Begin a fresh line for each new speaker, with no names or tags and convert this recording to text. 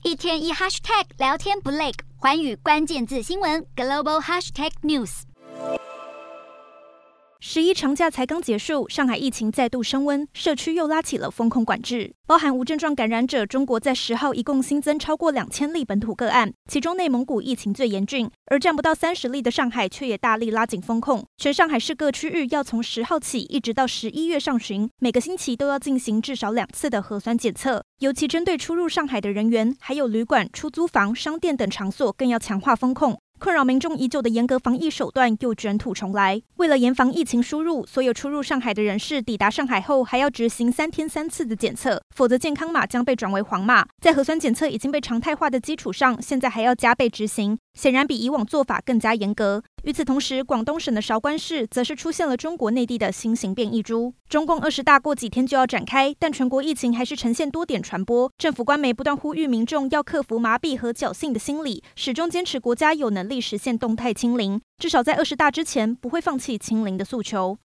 一天一 hashtag 聊天不累，寰宇关键字新闻 global hashtag news。
11长假才刚结束，上海疫情再度升温，社区又拉起了封控管制。包含无症状感染者，中国在10号一共新增超过2000例本土个案，其中内蒙古疫情最严峻，而占不到30例的上海却也大力拉紧封控。全上海市各区域要从10号起一直到11月上旬，每个星期都要进行至少2次的核酸检测。尤其针对出入上海的人员，还有旅馆、出租房、商店等场所，更要强化封控。困扰民众已久的严格防疫手段又卷土重来。为了严防疫情输入，所有出入上海的人士抵达上海后，还要执行3天3次的检测，否则健康码将被转为黄码。在核酸检测已经被常态化的基础上，现在还要加倍执行，显然比以往做法更加严格。与此同时，广东省的韶关市则是出现了中国内地的新型变异株。中共20大过几天就要展开，但全国疫情还是呈现多点传播。政府官媒不断呼吁民众要克服麻痹和侥幸的心理，始终坚持国家有能力实现动态清零，至少在20大之前不会放弃清零的诉求。